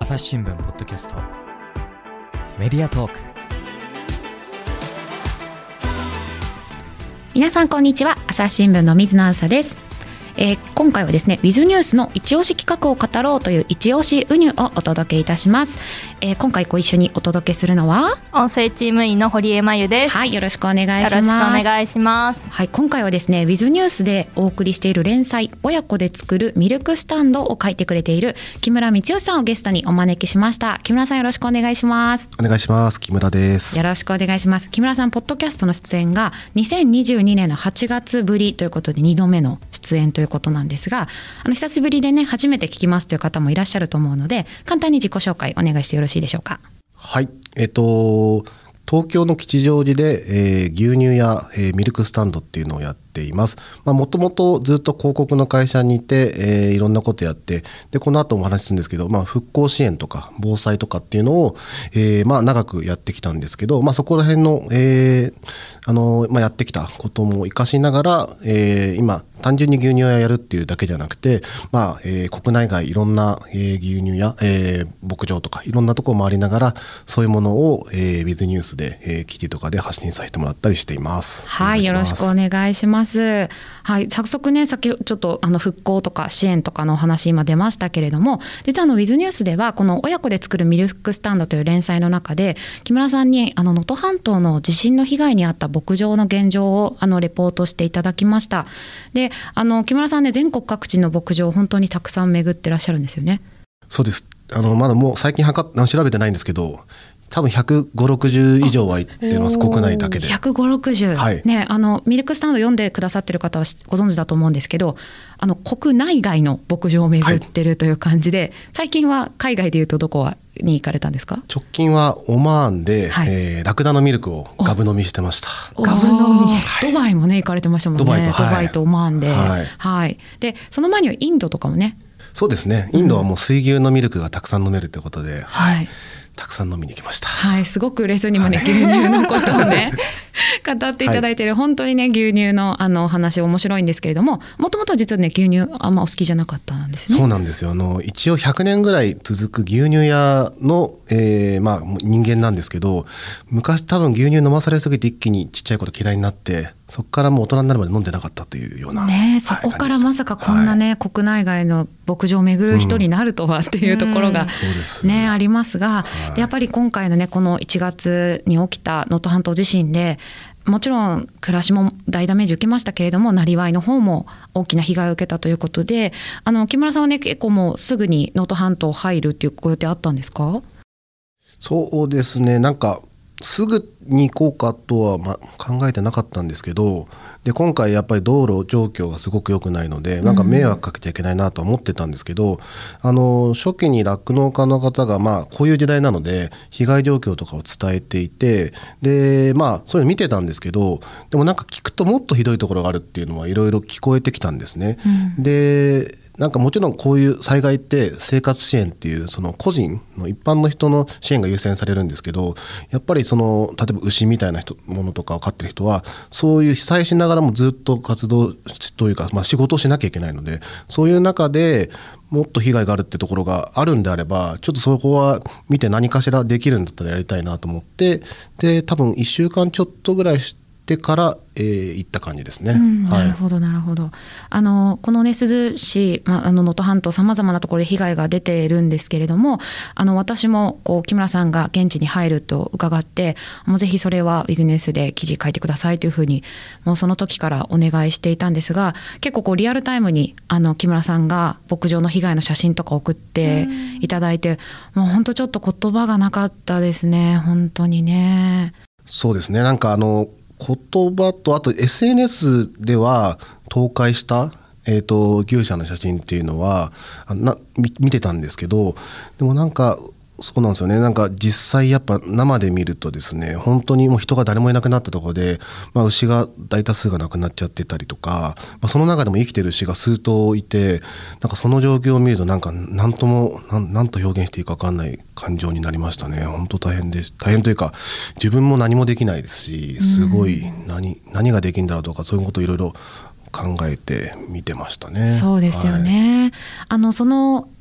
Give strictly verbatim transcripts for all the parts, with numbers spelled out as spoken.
朝日新聞ポッドキャストメディアトーク。 皆さんこんにちは。朝日新聞の水野あさです。えー、今回はですね With ニュースの一押し企画を語ろうという一押しウニュをお届けいたします。えー、今回ご一緒にお届けするのは音声チーム員の堀江真由です。 はい、よろしくお願いします。 よろしくお願いします。 はい、今回はですね With ニュースでお送りしている連載親子で作るミルクスタンドを書いてくれている木村光義さんをゲストにお招きしました。木村さん、よろしくお願いします。 お願いします。木村です。 よろしくお願いします。木村さん、ポッドキャストの出演がにせんにじゅうにねんのはちがつぶりということでにどめの出演ということなんですが、あの久しぶりでね初めて聞きますという方もいらっしゃると思うので、簡単に自己紹介お願いしてよろしいでしょうか。 はい、えっと東京の吉祥寺で、えー、牛乳や、えー、ミルクスタンドっていうのをやっています。もともとずっと広告の会社にいて、えー、いろんなことやって、でこの後もお話しするんですけど、まあ、復興支援とか防災とかっていうのを、えーまあ、長くやってきたんですけど、まあ、そこら辺の、えーあのまあ、やってきたことも活かしながら、えー、今単純に牛乳屋やるっていうだけじゃなくて、まあえー、国内外いろんな、えー、牛乳や、えー、牧場とかいろんなところ回りながら、そういうものを、えー、With ニュースで、えー、記事とかで発信させてもらったりしています。 はい、よろしくお願いします。はい、早速ね、先ちょっとあの復興とか支援とかのお話今出ましたけれども、実はあの With ニュースではこの親子で作るミルクスタンドという連載の中で、木村さんにあの能登半島の地震の被害に遭った牧場の現状をあのレポートしていただきました。で、あの木村さんね、全国各地の牧場を本当にたくさん巡ってらっしゃるんですよね。 そうです。あのまだもう最近測っ調べてないんですけど、多分ひゃくごじゅう、ろくじゅう以上は行ってます。国内だけでひゃくごじゅう、ろくじゅう、はい、ね、あのミルクスタンド読んでくださってる方はご存知だと思うんですけど、あの国内外の牧場を巡ってるという感じで、はい、最近は海外でいうとどこに行かれたんですか？ 直近はオマーンで、はい、えー、ラクダのミルクをガブ飲みしてました。 ガブ飲み、はい、ドバイもね行かれてましたもんね。ドバイと、はい、ドバイとオマーンで、はいはい、でその前にはインドとかもね。 そうですね、インドはもう水牛のミルクがたくさん飲めるということで、 はい、 たくさん飲みに行きました。 はい、すごく嬉しそうにもね、はい、牛乳のことをね語っていただいている、はい、本当にね牛乳のあのお話面白いんですけれども、もともと実はね牛乳あんまお好きじゃなかったんですね。 そうなんですよ。あの一応ひゃくねんぐらい続く牛乳屋の、えーまあ、人間なんですけど、昔多分牛乳飲まされすぎて一気にちっちゃい頃嫌いになって、そこからもう大人になるまで飲んでなかったというような、 ね、そこからまさかこんなね、はい、国内外の牧場を巡る人になるとはっていうところが、うんね、ありますが、はい、でやっぱり今回のねこのいちがつに起きた能登半島地震で、もちろん暮らしも大ダメージ受けましたけれども、なりわいの方も大きな被害を受けたということで、あの木村さんはね結構もうすぐに能登半島入るっていうご予定あったんですか？ そうですね、なんかすぐに行こうかとはま考えてなかったんですけど、で今回やっぱり道路状況がすごく良くないので、なんか迷惑かけちゃいけないなとは思ってたんですけど、うん、あの初期に酪農家の方が、まあこういう時代なので被害状況とかを伝えていて、でまあそういうの見てたんですけど、でもなんか聞くともっとひどいところがあるっていうのはいろいろ聞こえてきたんですね。うん、でなんかもちろんこういう災害って生活支援っていうその個人の一般の人の支援が優先されるんですけど、やっぱりその例えば牛みたいな人ものとかを飼ってる人はそういう被災しながらもずっと活動というか、まあ、仕事をしなきゃいけないので、そういう中でもっと被害があるってところがあるんであれば、ちょっとそこは見て何かしらできるんだったらやりたいなと思って、で多分いっしゅうかんちょっとぐらいしてでから、えー、行った感じですね。うん、 なるほどなるほど。あのこのね珠洲市、まあ、あの能登半島さまざまなところで被害が出ているんですけれども、あの私もこう木村さんが現地に入ると伺って、もうぜひそれはWithニュースで記事書いてくださいというふうにもうその時からお願いしていたんですが、結構こうリアルタイムにあの木村さんが牧場の被害の写真とか送っていただいて、もう本当ちょっと言葉がなかったですね。本当にね。 そうですね、なんかあの言葉とあと エスエヌエス では倒壊した、えーと、牛舎の写真っていうのはな 見, 見てたんですけど、でもなんかそうなんですよね。なんか実際やっぱ生で見るとですね、本当にもう人が誰もいなくなったところで、まあ、牛が大多数が亡くなっちゃってたりとか、まあ、その中でも生きてる牛が数頭いて、なんかその状況を見るとなんか何とも何何と表現していいか分かんない感情になりましたね。本当大変で大変というか、自分も何もできないですし、すごい 何, 何ができるんだろうとか、そういうことをいろいろ考えて見てましたね。 そうですよね、はい、あのその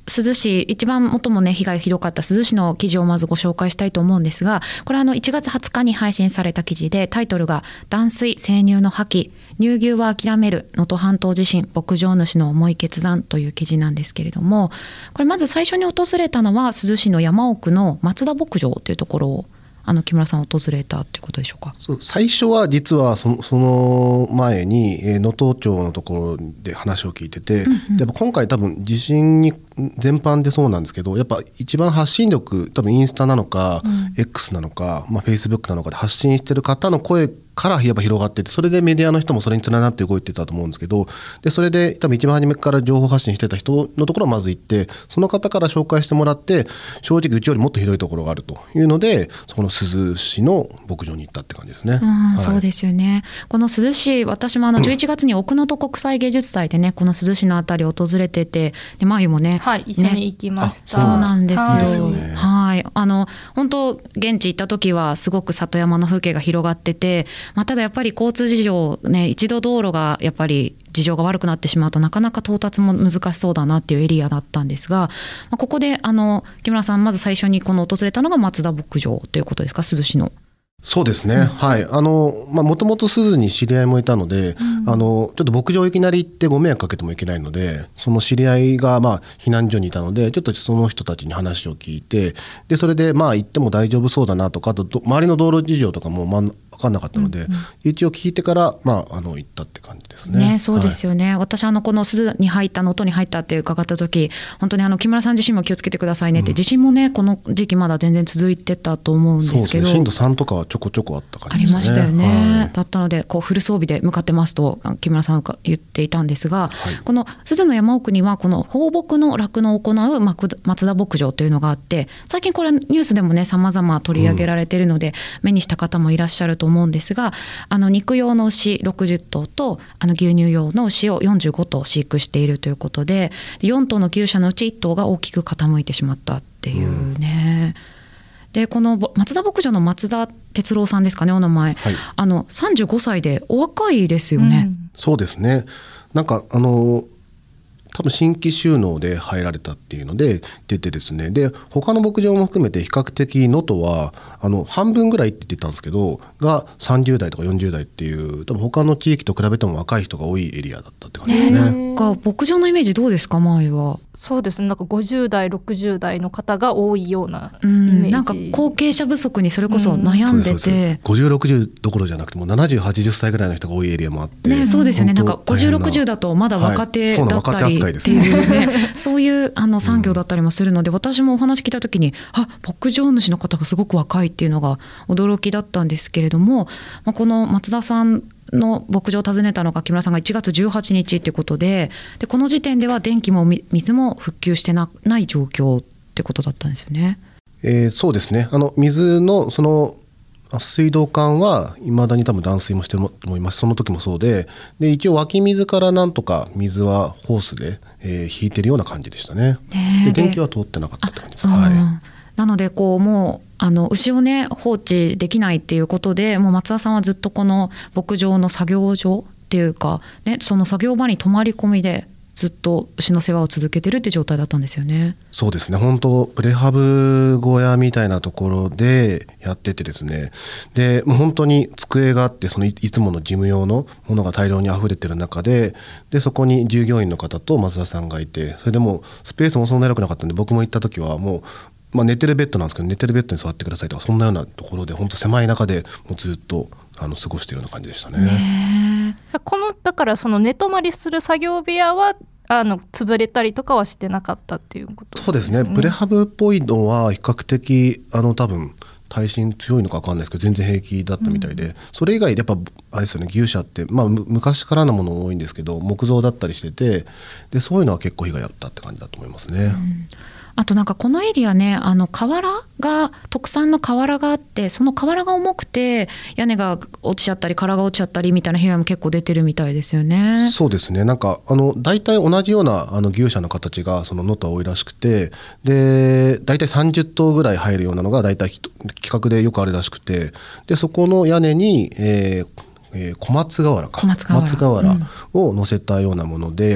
珠洲市一番最もね被害がひどかった珠洲市の記事をまずご紹介したいと思うんですが、これはあのいちがつはつかに配信された記事で、タイトルが断水生乳の破棄、乳牛は諦める、能登半島地震牧場主の重い決断という記事なんですけれども、これまず最初に訪れたのは珠洲市の山奥の松田牧場というところをあの木村さん訪れたということでしょうか。 そう最初は実はその、その前に能登町のところで話を聞いてて、うんうん、やっぱ今回多分地震に全般でそうなんですけど、やっぱ一番発信力、多分インスタなのか、うん、X なのか、まあ、Facebook なのかで発信してる方の声からやっぱ広がってて、それでメディアの人もそれにつながって動いてたと思うんですけど、でそれで多分一番初めから情報発信してた人のところをまず行って、その方から紹介してもらって、正直うちよりもっとひどいところがあるというので、そこの珠洲市の牧場に行ったって感じですね。 うん、 はい、 そうですよね。この珠洲市、私もあのじゅういちがつに奥能登国際芸術祭でね、この珠洲市のあたりを訪れてて、でまゆもね、 はい、一緒に行きました。 そうなんですよ。 はい、 ですよね。 はい、あの本当現地行った時はすごく里山の風景が広がってて、まあ、ただやっぱり交通事情ね、一度道路がやっぱり事情が悪くなってしまうとなかなか到達も難しそうだなっていうエリアだったんですが、まあ、ここであの木村さんまず最初にこの訪れたのが松田牧場ということですか、珠洲市の。 そうですね、うん、はい、あのまあもともと珠洲に知り合いもいたので、うん、あのちょっと牧場いきなり行ってご迷惑かけてもいけないので、その知り合いがまあ避難所にいたので、ちょっとその人たちに話を聞いて、でそれでまあ行っても大丈夫そうだなとか、あと周りの道路事情とかも、まあ分かんなかったので、うんうん、一応聞いてから、まあ、あの行ったって感じですね。 ね、そうですよね、はい、私あのこの珠洲に入った能登に入ったって伺った時、本当にあの木村さん自身も気をつけてくださいねって、うん、地震もねこの時期まだ全然続いてたと思うんですけど、そうですね、震度さんとかはちょこちょこあった感じですね。 ありましたよね、 はい、 だったのでこうフル装備で向かってますと木村さんが言っていたんですが、はい、この珠洲の山奥にはこの放牧の酪農を行う松田牧場というのがあって、最近これニュースでもね様々取り上げられているので、うん、目にした方もいらっしゃると思うんですが、あの肉用の牛ろくじゅっとうとあの牛乳用の牛をよんじゅうごとう飼育しているということで、よんとうの牛舎のうちいっとうが大きく傾いてしまったっていうね、うん、でこの松田牧場の松田哲郎さんですかね、お名前、はい、あのさんじゅうごさいでお若いですよね、うん、 そうですね、なんかあの多分新規就農で入られたっていうので出てですね、で他の牧場も含めて比較的能登はあの半分ぐらいって言ってたんですけどがさんじゅうだいとかよんじゅうだいっていう、多分他の地域と比べても若い人が多いエリアだったって感じですね。 なんか牧場のイメージどうですか、前は。 そうですね、なんかごじゅうだいろくじゅうだいの方が多いようなイメージ、 うん、なんか後継者不足にそれこそ悩んでて、うん、 ごじゅうろくじゅうどころじゃなくてもななじゅうはちじゅっさいぐらいの人が多いエリアもあって、 ね、そうですよね、なんかごじゅうろくじゅうだとまだ若手だったりっていうね、そういうあの産業だったりもするので、うん、私もお話聞いた時にあ牧場主の方がすごく若いっていうのが驚きだったんですけれども、まあ、この松田さんの牧場を訪ねたのが木村さんがいちがつじゅうはちにちってことで、でこの時点では電気も水も復旧して な, ない状況ってことだったんですよね。 えー、そうですね、あの水のその水道管はいまだに多分断水もしてると思います。その時もそうで、で一応湧き水からなんとか水はホースで、えー、引いてるような感じでしたね。で電気は通ってなかったって感じです。はい、 なのでこうもうあの牛をね放置できないっていうことで、もう松田さんはずっとこの牧場の作業所っていうか、ね、その作業場に泊まり込みでずっと牛の世話を続けてるって状態だったんですよね。 そうですね、本当プレハブ小屋みたいなところでやっててですね、でもう本当に机があって、その い, いつもの事務用のものが大量に溢れてる中で、でそこに従業員の方と松田さんがいて、それでもスペースもそんなに広くなかったんで、僕も行った時はもうまあ、寝てるベッドなんですけど、寝てるベッドに座ってくださいとか、そんなようなところで本当狭い中でもうずっとあの過ごしているような感じでした ね, ねこのだからその寝泊まりする作業部屋はあの潰れたりとかはしてなかったっていうことですね。 そうですね、プレハブっぽいのは比較的あの多分耐震強いのか分かんないですけど全然平気だったみたいで、うん、それ以外でやっぱあれですよね、牛舎って、まあ、昔からのもの多いんですけど木造だったりしてて、でそういうのは結構被害あったって感じだと思いますね。うん、 あとなんかこのエリアね、あの瓦が特産の瓦があって、その瓦が重くて屋根が落ちちゃったり殻が落ちちゃったりみたいな被害も結構出てるみたいですよね。 そうですね、なんかあの大体同じようなあの牛舎の形がその能登は多いらしくて、で大体さんじゅっとうぐらい入るようなのが大体規格でよくあるらしくて、でそこの屋根に、えーえー、小松瓦か小松瓦を乗せたようなもので、うん、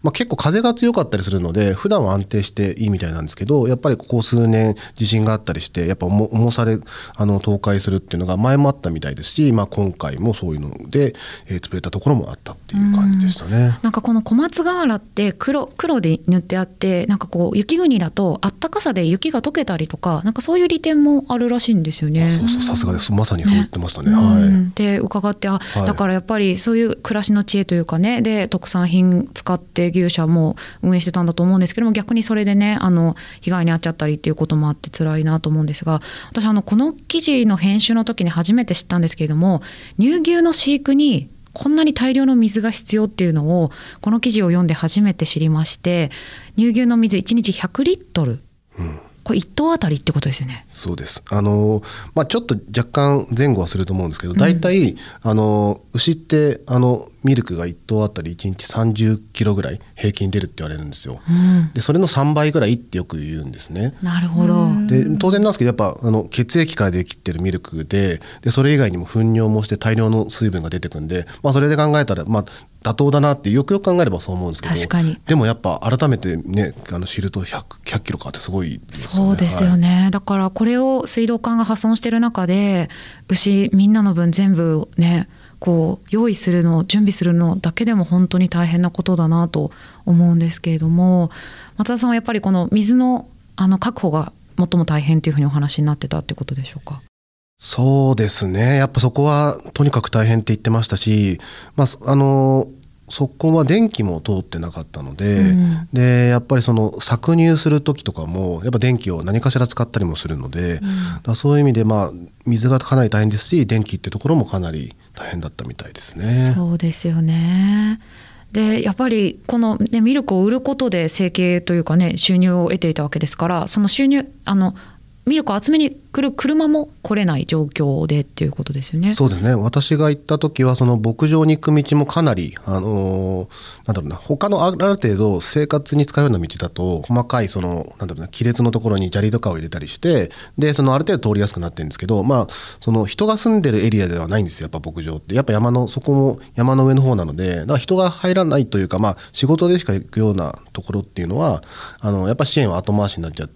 まあ、結構風が強かったりするので普段は安定していいみたいなんですけど、やっぱりここ数年地震があったりしてやっぱ重重さであの倒壊するっていうのが前もあったみたいですし、まあ、今回もそういうので、えー、潰れたところもあったっていう感じでしたね。 なんかこの小松河原って黒、黒で塗ってあって、なんかこう雪国だとあったかさで雪が溶けたりとか、なんかそういう利点もあるらしいんですよね。 そうそう、さすがです。まさにそう言ってましたね。 ね、 はい、 で伺って、あ、 はい、 だからやっぱりそういう暮らしの知恵というかね、で特産品使って牛舎も運営してたんだと思うんですけども、逆にそれでね、あの被害に遭っちゃったりっていうこともあって辛いなと思うんですが、私あのこの記事の編集の時に初めて知ったんですけれども、乳牛の飼育にこんなに大量の水が必要っていうのをこの記事を読んで初めて知りまして、乳牛の水いちにちひゃくリットル、うん、これいっ頭あたりってことですよね。 そうです。あの、まあ、ちょっと若干前後はすると思うんですけど、だいたいあの牛ってあのミルクがいっ頭あたりいちにちさんじゅっキロぐらい平均出るって言われるんですよ、うん、でそれのさんばいぐらいってよく言うんですね。 なるほど。 で当然なんですけど、やっぱあの血液からできてるミルク で, でそれ以外にも糞尿もして大量の水分が出てくるんで、まあ、それで考えたら、まあ、妥当だなってよくよく考えればそう思うんですけど、 確かに。 でもやっぱ改めてね、あの知ると ひゃく, ひゃくキロかってすごいですよね。 そうですよね、はい、だからこれを水道管が破損してる中で牛みんなの分全部ねこう用意するの準備するのだけでも本当に大変なことだなと思うんですけれども、松田さんはやっぱりこの水の、あの確保が最も大変というふうにお話になってたってことでしょうか。 そうですね、やっぱそこはとにかく大変って言ってましたし、まあ、あのそこは電気も通ってなかったので、うん、でやっぱりその搾乳する時とかもやっぱ電気を何かしら使ったりもするので、うん、だそういう意味で、まあ、水がかなり大変ですし、電気ってところもかなり大変だったみたいですね。 そうですよね。でやっぱりこの、ね、ミルクを売ることで生計というかね収入を得ていたわけですから、その収入あのミルクを集めに来る車も来れない状況でっていうことですよね。 そうですね。私が行った時はその牧場に行く道もかなり、あのー、なんだろうな、他のある程度生活に使うような道だと細かいそのなんだろうな亀裂のところに砂利とかを入れたりして、でそのある程度通りやすくなってるんですけど、まあその人が住んでるエリアではないんですよ。やっぱ牧場ってやっぱ山のそこも山の上の方なので、だから人が入らないというか、まあ仕事でしか行くようなところっていうのはあのやっぱ支援は後回しになっちゃって、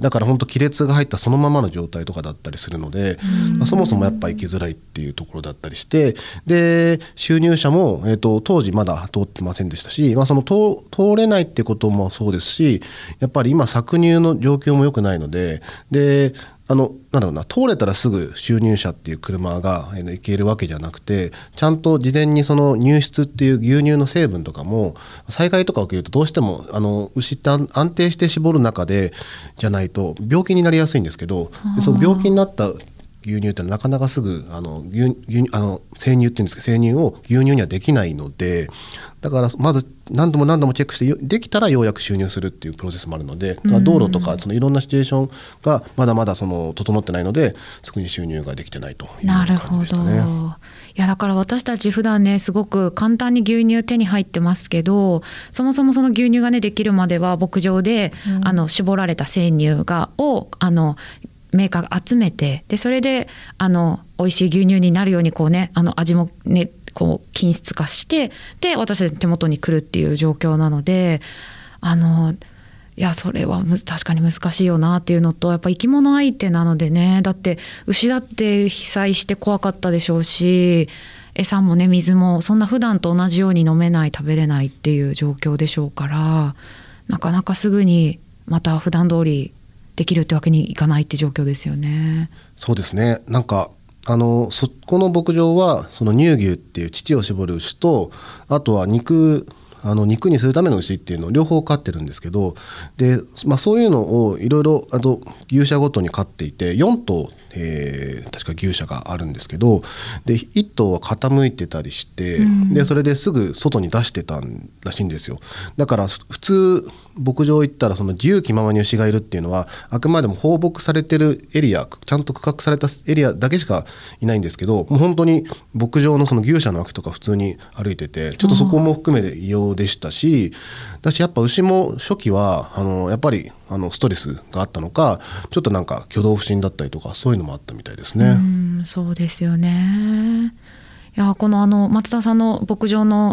だから本当亀裂が入ったそのままの状態とかだったりするので、まあ、そもそもやっぱ行きづらいっていうところだったりして、で収入者も、えーと、当時まだ通ってませんでしたし、まあ、その 通, 通れないってこともそうですし、やっぱり今搾乳の状況も良くないので、であのなんだろうな、通れたらすぐ収入車っていう車が行けるわけじゃなくて、ちゃんと事前にその乳質っていう牛乳の成分とかも災害とか起きるとどうしてもあの牛って安定して絞る中でじゃないと病気になりやすいんですけど、でその病気になった牛乳ってなかなかすぐあの 牛, 牛あの生乳っていうんですけど、生乳を牛乳にはできないので、だからまず何度も何度もチェックしてできたらようやく収入するっていうプロセスもあるので、道路とかそのいろんなシチュエーションがまだまだその整ってないので、そこに収入ができてないという感じでしたね。 なるほど。いやだから私たち普段ねすごく簡単に牛乳手に入ってますけど、そもそもその牛乳がねできるまでは牧場で、うん、あの絞られた生乳がをあのメーカーが集めて、でそれであの美味しい牛乳になるようにこうね、あの味もねこう均質化して、で私たちの手元に来るっていう状況なので、あのいやそれはむ確かに難しいよなっていうのと、やっぱ生き物相手なのでね、だって牛だって被災して怖かったでしょうし、餌もね水もそんな普段と同じように飲めない食べれないっていう状況でしょうから、なかなかすぐにまた普段通りできるってわけにいかないって状況ですよね。 そうですね。なんかあのそこの牧場はその乳牛っていう乳を絞る牛と、あとは肉あの肉にするための牛っていうのを両方飼ってるんですけど、で、まあ、そういうのをいろいろあと牛舎ごとに飼っていてよん頭、えー、確か牛舎があるんですけど、でいっ頭は傾いてたりして、うん、でそれですぐ外に出してたらしいんですよ。だから普通牧場行ったらその自由気ままに牛がいるっていうのはあくまでも放牧されてるエリア、ちゃんと区画されたエリアだけしかいないんですけど、もう本当に牧場のその牛舎の脇とか普通に歩いてて、ちょっとそこも含めて異様でしたし、だしやっぱ牛も初期はあのやっぱりあのストレスがあったのか、ちょっとなんか挙動不審だったりとかそういうのもあったみたいですね。 うん、そうですよね。いやこのあの松田さんの牧場の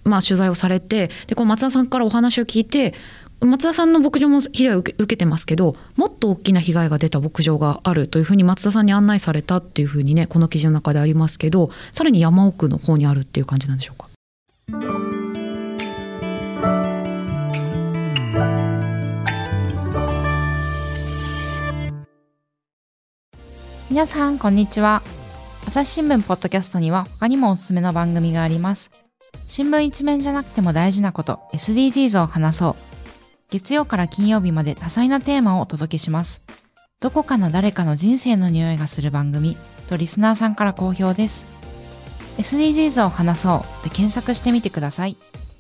まあ、取材をされて、でこの松田さんからお話を聞いて、松田さんの牧場も被害を受け、受けてますけど、もっと大きな被害が出た牧場があるというふうに松田さんに案内されたっていうふうにね、この記事の中でありますけど、さらに山奥の方にあるっていう感じなんでしょうか。 皆さんこんにちは。朝日新聞ポッドキャストには他にもおすすめの番組があります。新聞一面じゃなくても大事なこと エスディージーズ を話そう。月曜から金曜日まで多彩なテーマをお届けします。どこかの誰かの人生の匂いがする番組とリスナーさんから好評です。 エスディージーズ を話そうで検索してみてください。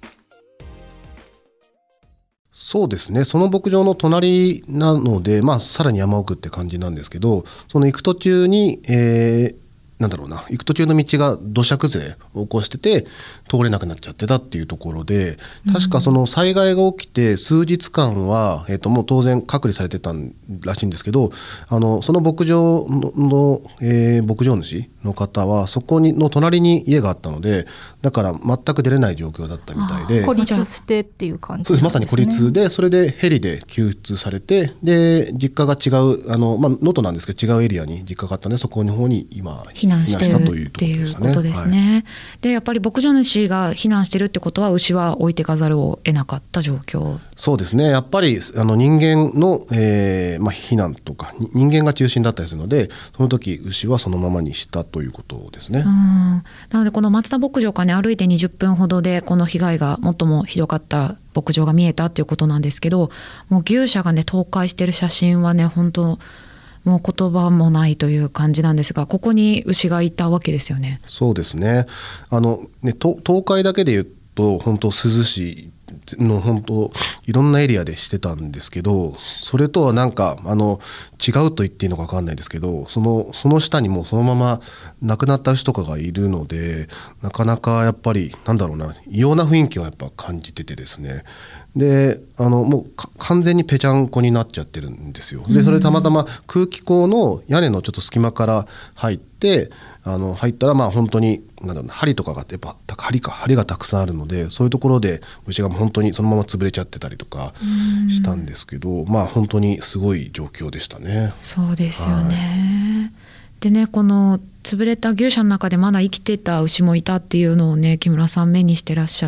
そうですね、その牧場の隣なので、まあ、さらに山奥って感じなんですけど、その行く途中に、えーなんだろうな、行く途中の道が土砂崩れを起こしてて通れなくなっちゃってたっていうところで、確かその災害が起きて数日間は、えー、ともう当然隔離されてたらしいんですけど、あのその牧場 の, の、えー、牧場主の方はそこにの隣に家があったので、だから全く出れない状況だったみたいで、 孤立してっていう感じそうです、 なんですね。 まさに孤立で、それでヘリで救出されて、で実家が違うあの、まあ、能登なんですけど違うエリアに実家があったので、そこの方に今避難してるっていうことですね。はい、でやっぱり牧場主が避難してるってことは牛は置いてかざるを得なかった状況。 そうですね、やっぱりあの人間の、えーまあ、避難とか人間が中心だったりするので、その時牛はそのままにしたということですね。 うん、なのでこの松田牧場からね歩いてにじゅっぷんほどでこの被害が最もひどかった牧場が見えたっていうことなんですけど、もう牛舎がね倒壊してる写真はね本当もう言葉もないという感じなんですが、ここに牛がいたわけですよね。 そうですね、あのねと倒壊だけで言うと本当珠洲市の本当いろんなエリアでしてたんですけど、それとはなんかあの違うと言っていいのか分かんないですけど、そのその下にもうそのまま亡くなった牛とかがいるので、なかなかやっぱりなんだろうな、異様な雰囲気をやっぱ感じててですね、であのもう完全にぺちゃんこになっちゃってるんですよ。でそれたまたま空気口の屋根のちょっと隙間から入ってあの入ったら、まあ本当になんだろうな、針とかがやっぱ針か針がたくさんあるので、そういうところで牛が本当にそのまま潰れちゃってたりとかしたんですけど、まあ本当にすごい状況でしたね。 そうですよね。はい、でね、この潰れた牛舎の中でまだ生きてた牛もいたっていうのをね木村さん目にしてらっしゃって、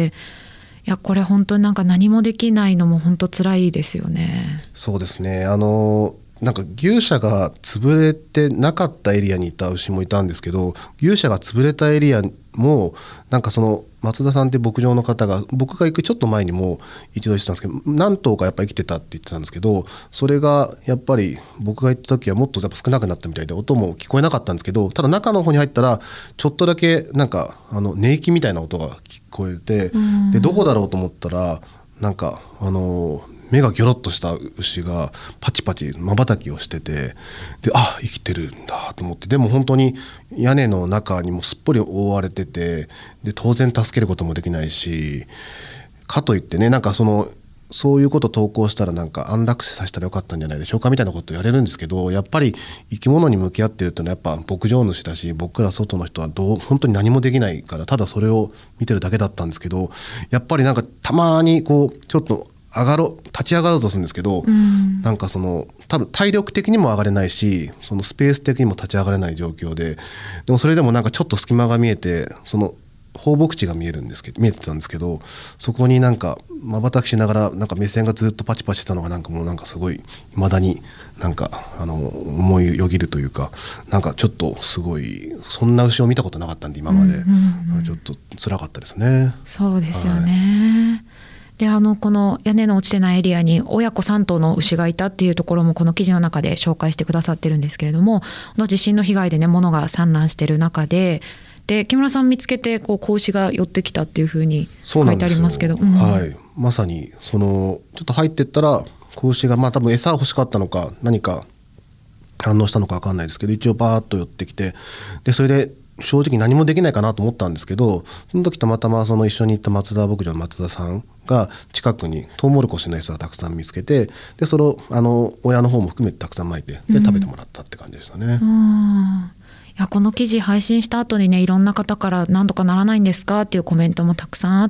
いやこれ本当になんか何もできないのも本当辛いですよね。 そうですね、あのなんか牛舎が潰れてなかったエリアにいた牛もいたんですけど、牛舎が潰れたエリアもなんかその松田さんって牧場の方が僕が行くちょっと前にも一度言ってたんですけど、何頭かやっぱ生きてたって言ってたんですけど、それがやっぱり僕が行った時はもっとやっぱ少なくなったみたいで音も聞こえなかったんですけど、ただ中の方に入ったらちょっとだけなんかあの寝息みたいな音が聞こえて、でどこだろうと思ったらなんかあの目がギョロッとした牛がパチパチ瞬きをしてて、であ生きてるんだと思って、でも本当に屋根の中にもすっぽり覆われてて、で当然助けることもできないし、かといってねなんかそのそういうことを投稿したらなんか安楽死させたらよかったんじゃないでしょうかみたいなことをやれるんですけど、やっぱり生き物に向き合ってるっていうのはやっぱ牧場主だし、僕ら外の人はどう本当に何もできないから、ただそれを見てるだけだったんですけど、やっぱりなんかたまにこうちょっと上がろう立ち上がろうとするんですけど、うん、なんかその多分体力的にも上がれないし、そのスペース的にも立ち上がれない状況で、でもそれでもなんかちょっと隙間が見えて、その放牧地が見えるんですけど見えてたんですけど、そこになんか瞬きしながらなんか目線がずっとパチパチしたのがなんかもうなんかすごい未だになんかあの思いよぎるというか、なんかちょっとすごいそんな牛を見たことなかったんで今まで、うんうんうん、ちょっと辛かったですね。 そうですよね。はい、であのこの屋根の落ちてないエリアに親子さん頭の牛がいたっていうところもこの記事の中で紹介してくださってるんですけれども、地震の被害でね物が散乱してる中で、で木村さん見つけてこう子牛が寄ってきたっていうふうに書いてありますけど、うん、 はい、まさにそのちょっと入ってったら子牛がまあ多分餌欲しかったのか何か反応したのか分かんないですけど、一応バーッと寄ってきて、でそれで正直何もできないかなと思ったんですけど、その時たまたまその一緒に行った松田牧場の松田さんが近くにトウモロコシの餌をたくさん見つけて、でそれをあの親の方も含めてたくさんまいて、で食べてもらったって感じでしたね。 うん、 やこの記事配信した後にねいろんな方から何とかならないんですかっていうコメントもたくさんあって、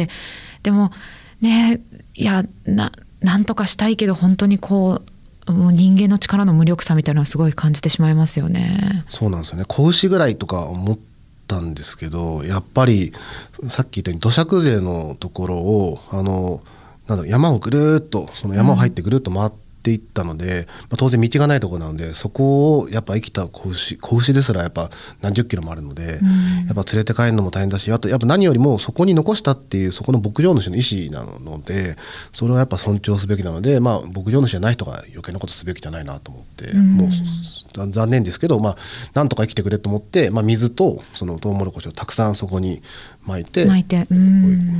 でもねいや な, なんとかしたいけど本当にこうもう人間の力の無力さみたいなのをすごい感じてしまいますよね。 そうなんですよね。子牛ぐらいとか思ったんですけど、やっぱりさっき言ったように土砂崩れのところをあのなんだろう山をぐるっとその山を入ってぐるっと回っていったので、うんまあ、当然道がないところなのでそこをやっぱ生きた子牛子牛ですらやっぱ何十キロもあるので、うん、やっぱ連れて帰るのも大変だし、あとやっぱ何よりもそこに残したっていうそこの牧場主の意思なのでそれはやっぱ尊重すべきなので、まあ、牧場主じゃない人が余計なことすべきじゃないなと思って、うん、もう残念ですけど、まあ、なんとか生きてくれと思って、まあ、水とそのトウモロコシをたくさんそこに巻いて、 巻いてうん、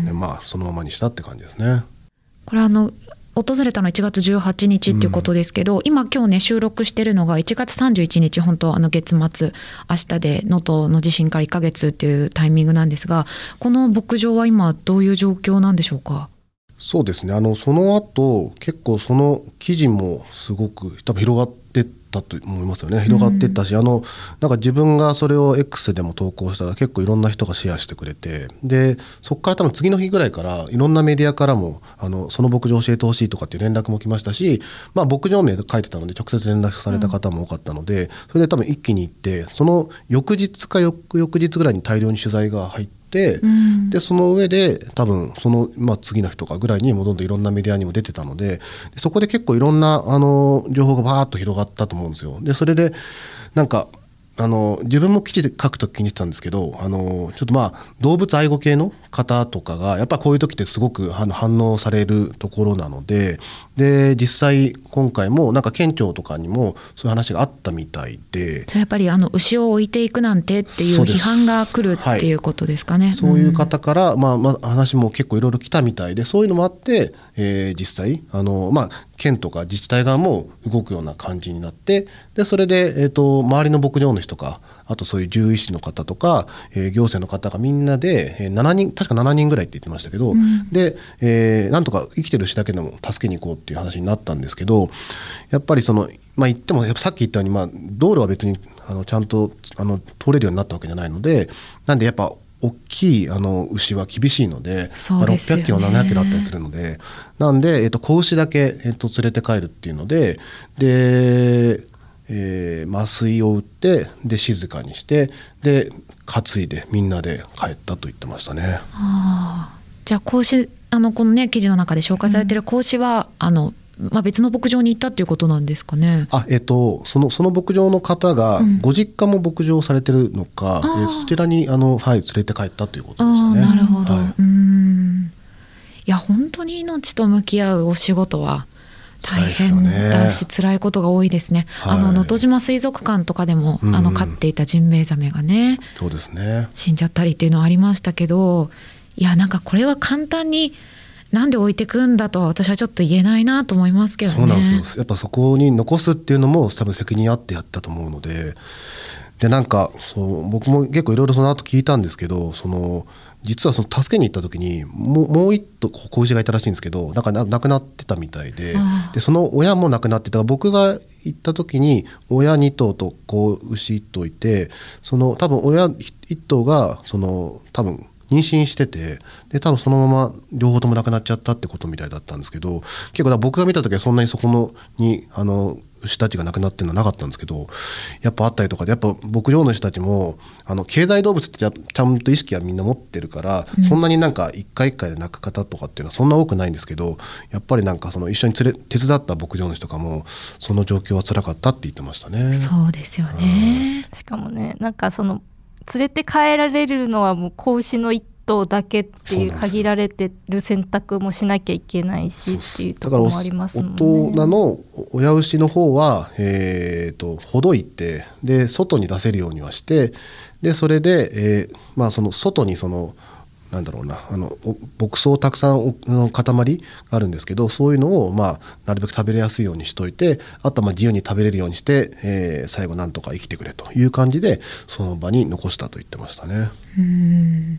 ねまあ、そのままにしたって感じですね。 これあの訪れたのいちがつじゅうはちにちっていうことですけど、うん、今今日ね収録してるのがいちがつさんじゅういちにち、本当あの月末明日で能登の地震からいっかげつっていうタイミングなんですが、この牧場は今どういう状況なんでしょうか。 そうですね、あのその後結構その記事もすごく多分広がってったと思いますよね。広がっていったし、うん、あのなんか自分がそれを X でも投稿したら結構いろんな人がシェアしてくれて、でそこから多分次の日ぐらいからいろんなメディアからもあのその牧場教えてほしいとかっていう連絡も来ましたし、まあ、牧場名で書いてたので直接連絡された方も多かったので、うん、それで多分一気に行ってその翌日か翌々日ぐらいに大量に取材が入ってで, うん、でその上で多分その、まあ、次の日とかぐらいにもどんどんいろんなメディアにも出てたの で, でそこで結構いろんなあの情報がバーッと広がったと思うんですよ。でそれでなんかあの自分も記事で書くときに言ってたんですけど、あのちょっとまあ動物愛護系の方とかがやっぱこういう時ってすごくあの反応されるところなので、で実際今回もなんか県庁とかにもそういう話があったみたいで、 じゃあやっぱりあの牛を置いていくなんてっていう批判が来るっていうことですかね。はい、 そういう方から、まあまあ、話も結構いろいろ来たみたいで、そういうのもあって、えー、実際あの、まあ、県とか自治体側も動くような感じになって、でそれで、えーと、周りの牧場主とかあとそういう獣医師の方とか、えー、行政の方がみんなで、えー、しちにん確かななにんぐらいって言ってましたけど、うん、で、えー、なんとか生きてる牛だけでも助けに行こうっていう話になったんですけど、やっぱりその、まあ、言ってもやっぱさっき言ったように、まあ、道路は別にあのちゃんとあの通れるようになったわけじゃないので、なんでやっぱ大きいあの牛は厳しいの で, で、まあ、ろっぴゃくキロななひゃくキロあったりするので、なんで、えー、と子牛だけ、えー、と連れて帰るっていうので、で、えー、麻酔を打ってで静かにしてで担いでみんなで帰ったと言ってましたね。 あじゃあ子牛あのこのね記事の中で紹介されている子牛は、うん、あのまあ、別の牧場に行ったっていうことなんですかね。 あ、えー、と その、その牧場の方がご実家も牧場されてるのか、うん、えー、そちらにあの、はい、連れて帰ったということでしたね。 あなるほど、 はい、 うーんいや本当に命と向き合うお仕事は大変だし辛いことが多いですね。あの能登島水族館とかでも、うん、あの飼っていたジンベエザメがね、 そうですね、 死んじゃったりっていうのはありましたけど、いやなんかこれは簡単になんで置いてくんだとは私はちょっと言えないなと思いますけどね。 そうなんですよ。やっぱそこに残すっていうのも多分責任あってやったと思うので、でなんかそう僕も結構いろいろその後聞いたんですけど、その実はその助けに行った時にもう、もう一頭子牛がいたらしいんですけど、なんか亡くなってたみたい で, でその親も亡くなってた。僕が行った時に親に頭と子牛いっ頭いて、その多分親いっ頭がその多分妊娠してて、で多分そのまま両方とも亡くなっちゃったってことみたいだったんですけど、結構だ僕が見た時はそんなにそこのにあの牛たちが亡くなってるのはなかったんですけど、やっぱあったりとかで、やっぱ牧場の人たちもあの経済動物ってちゃんと意識はみんな持ってるから、うん、そんなになんか一回一回で亡く方とかっていうのはそんな多くないんですけど、やっぱりなんかその一緒に連れ手伝った牧場の人とかもその状況は辛かったって言ってましたね。 そうですよね。 しかもね、なんかその連れて帰られるのはもう子牛の一頭だけっていう限られてる選択もしなきゃいけないしっていうところもありますもんね。 だから大人の親牛の方は、えー、とほどいてで外に出せるようにはして、でそれで、えーまあ、その外にそのなんだろうなあの牧草たくさんの塊があるんですけど、そういうのを、まあ、なるべく食べれやすいようにしといて、あとはまあ自由に食べれるようにして、えー、最後なんとか生きてくれという感じでその場に残したと言ってましたね。 うん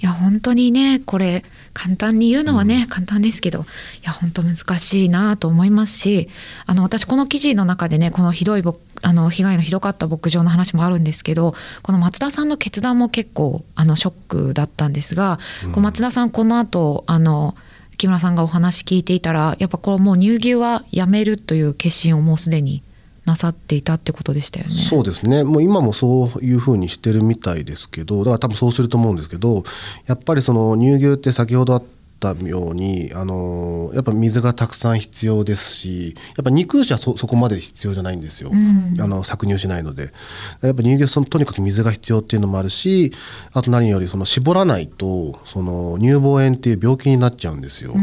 いや本当にねこれ簡単に言うのはね、うん、簡単ですけどいや本当難しいなと思いますし、あの私この記事の中でねこのひどいあの被害のひどかった牧場の話もあるんですけど、この松田さんの決断も結構あのショックだったんですが、うん、こう松田さんこの後あの木村さんがお話聞いていたらやっぱこれもう乳牛はやめるという決心をもうすでになさっていたってことでしたよね。 そうですね、もう今もそういうふうにしてるみたいですけど、だから多分そうすると思うんですけど、やっぱりその乳牛って先ほどあったようにあのやっぱ水がたくさん必要ですし、やっぱ肉牛は そ, そこまで必要じゃないんですよ、うん、あの搾乳しないので。やっぱ乳牛はそのとにかく水が必要っていうのもあるし、あと何よりその絞らないとその乳房炎っていう病気になっちゃうんですよ、うん、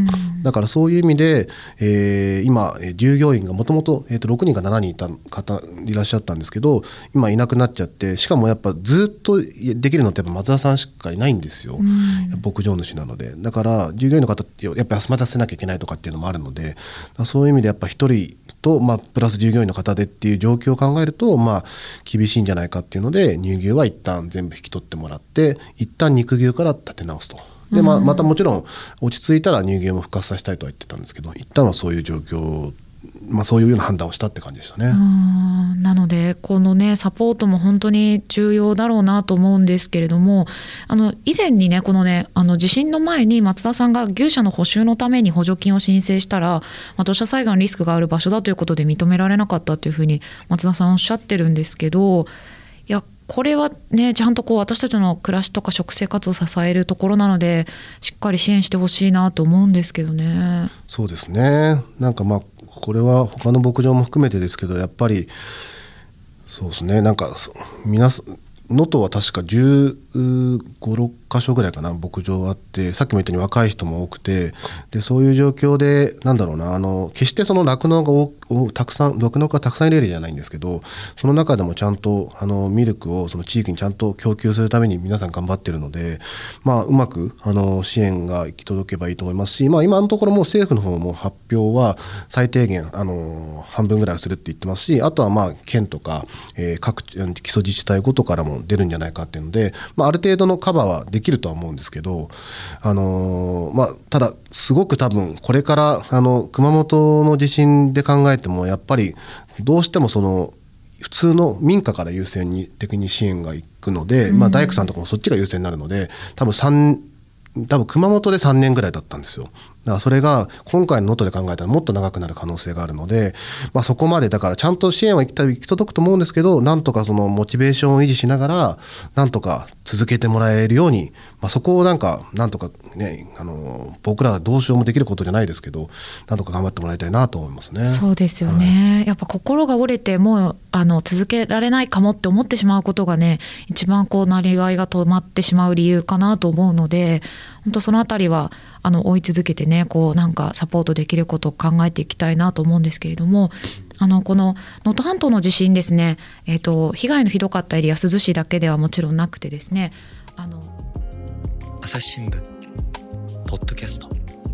だからそういう意味で、えー、今従業員がもともとろくにんかしちにんいた方いらっしゃったんですけど、今いなくなっちゃって、しかもやっぱずっとできるのってやっぱ松田さんしかいないんですよ、うん、牧場主なので。だから従業員の方ってやっぱり休ませなきゃいけないとかっていうのもあるので、そういう意味でやっぱ一人と、まあ、プラス従業員の方でっていう状況を考えると、まあ、厳しいんじゃないかっていうので乳牛は一旦全部引き取ってもらって一旦肉牛から立て直すと。で、まあ、またもちろん落ち着いたら乳牛も復活させたいとは言ってたんですけど、一旦はそういう状況、まあ、そういうような判断をしたって感じでしたね。 あなのでこのねサポートも本当に重要だろうなと思うんですけれども、あの以前にねこのねあの地震の前に松田さんが牛舎の補修のために補助金を申請したら、まあ、土砂災害のリスクがある場所だということで認められなかったというふうに松田さんおっしゃってるんですけど、いやこれはねちゃんとこう私たちの暮らしとか食生活を支えるところなのでしっかり支援してほしいなと思うんですけどね。 そうですね、なんかまあこれは他の牧場も含めてですけど、やっぱりそうですね、なんか皆さん能登は確かじゅうご、ろっかしょぐらいかな牧場あって、さっきも言ったように若い人も多くて、でそういう状況でなんだろうな、あの決してその酪農がおおたくさん酪農家がたくさんいるエリアじゃないんですけど、その中でもちゃんとあのミルクをその地域にちゃんと供給するために皆さん頑張ってるので、まあ、うまくあの支援が行き届けばいいと思いますし、まあ、今のところもう政府の方も発表は最低限あの半分ぐらいするって言ってますし、あとはまあ県とか、えー、各基礎自治体ごとからも出るんじゃないかっていうので、まあ、ある程度のカバーはできるとは思うんですけど、あのーまあ、ただすごく多分これからあの熊本の地震で考えてもやっぱりどうしてもその普通の民家から優先に的に支援がいくので、まあ、大工さんとかもそっちが優先になるので、多分3多分熊本でさんねんぐらいだったんですよ。だからそれが今回の能登で考えたらもっと長くなる可能性があるので、まあ、そこまでだからちゃんと支援は行き届くと思うんですけど、なんとかそのモチベーションを維持しながらなんとか続けてもらえるように、まあ、そこをなんかなんとかね、あの僕らはどうしようもできることじゃないですけど、なんとか頑張ってもらいたいなと思いますね。 そうですよね、はい、やっぱ心が折れてもうあの続けられないかもって思ってしまうことがね、一番こうなりわいが止まってしまう理由かなと思うので、本当そのあたりはあの追い続けてね、こうなんかサポートできることを考えていきたいなと思うんですけれども、あのこの能登半島の地震ですね、えーと、被害のひどかったエリア珠洲市だけではもちろんなくてですね、あの朝日新聞ポッドキャスト、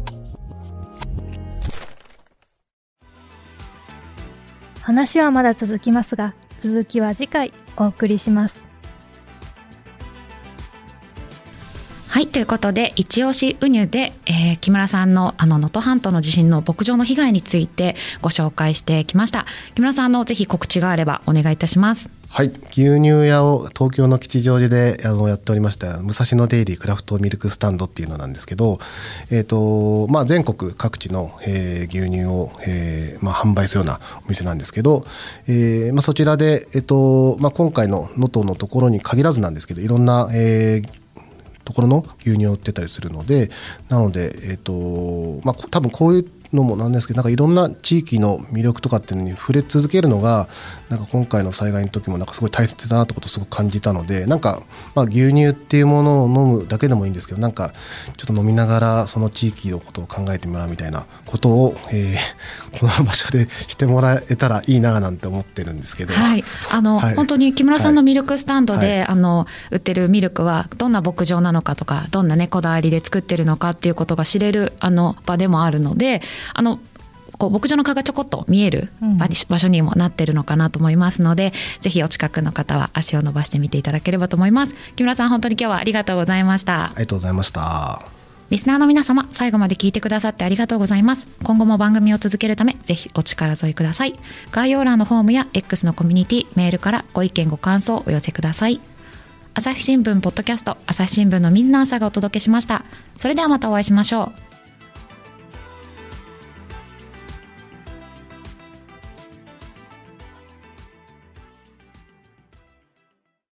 話はまだ続きますが、続きは次回お送りします。 はい、ということで一押しウニュで、えー、木村さんのあの能登半島の地震の牧場の被害についてご紹介してきました。木村さんのぜひ告知があればお願いいたします。 はい、牛乳屋を東京の吉祥寺であのやっておりました武蔵野デイリークラフトミルクスタンドっていうのなんですけど、えーとまあ、全国各地の、えー、牛乳を、えーまあ、販売するようなお店なんですけど、えーまあ、そちらで、えーとまあ、今回の能登のところに限らずなんですけど、いろんな、えーところの牛乳を売ってたりするので、なので、えーとまあ、多分こういうのもなんですけど、なんかいろんな地域の魅力とかっていうのに触れ続けるのがなんか今回の災害の時もなんかすごい大切だなってことをすごく感じたので、なんかまあ牛乳っていうものを飲むだけでもいいんですけど、なんかちょっと飲みながらその地域のことを考えてもらうみたいなことを、えー、この場所でしてもらえたらいいななんて思ってるんですけど、 はい、あの、はい、本当に木村さんのミルクスタンドで、はい、あの売ってるミルクはどんな牧場なのかとか、どんなねこだわりで作ってるのかっていうことが知れるあの場でもあるので、あのこう牧場の川がちょこっと見える場に、場所にもなってるのかなと思いますので、ぜひお近くの方は足を伸ばしてみていただければと思います。木村さん、本当に今日はありがとうございました。 ありがとうございました。 リスナーの皆様、最後まで聞いてくださってありがとうございます。今後も番組を続けるため、ぜひお力添えください。概要欄のフォームや X のコミュニティ、メールからご意見ご感想をお寄せください。朝日新聞ポッドキャスト、朝日新聞の水野朝がお届けしました。それではまたお会いしましょう。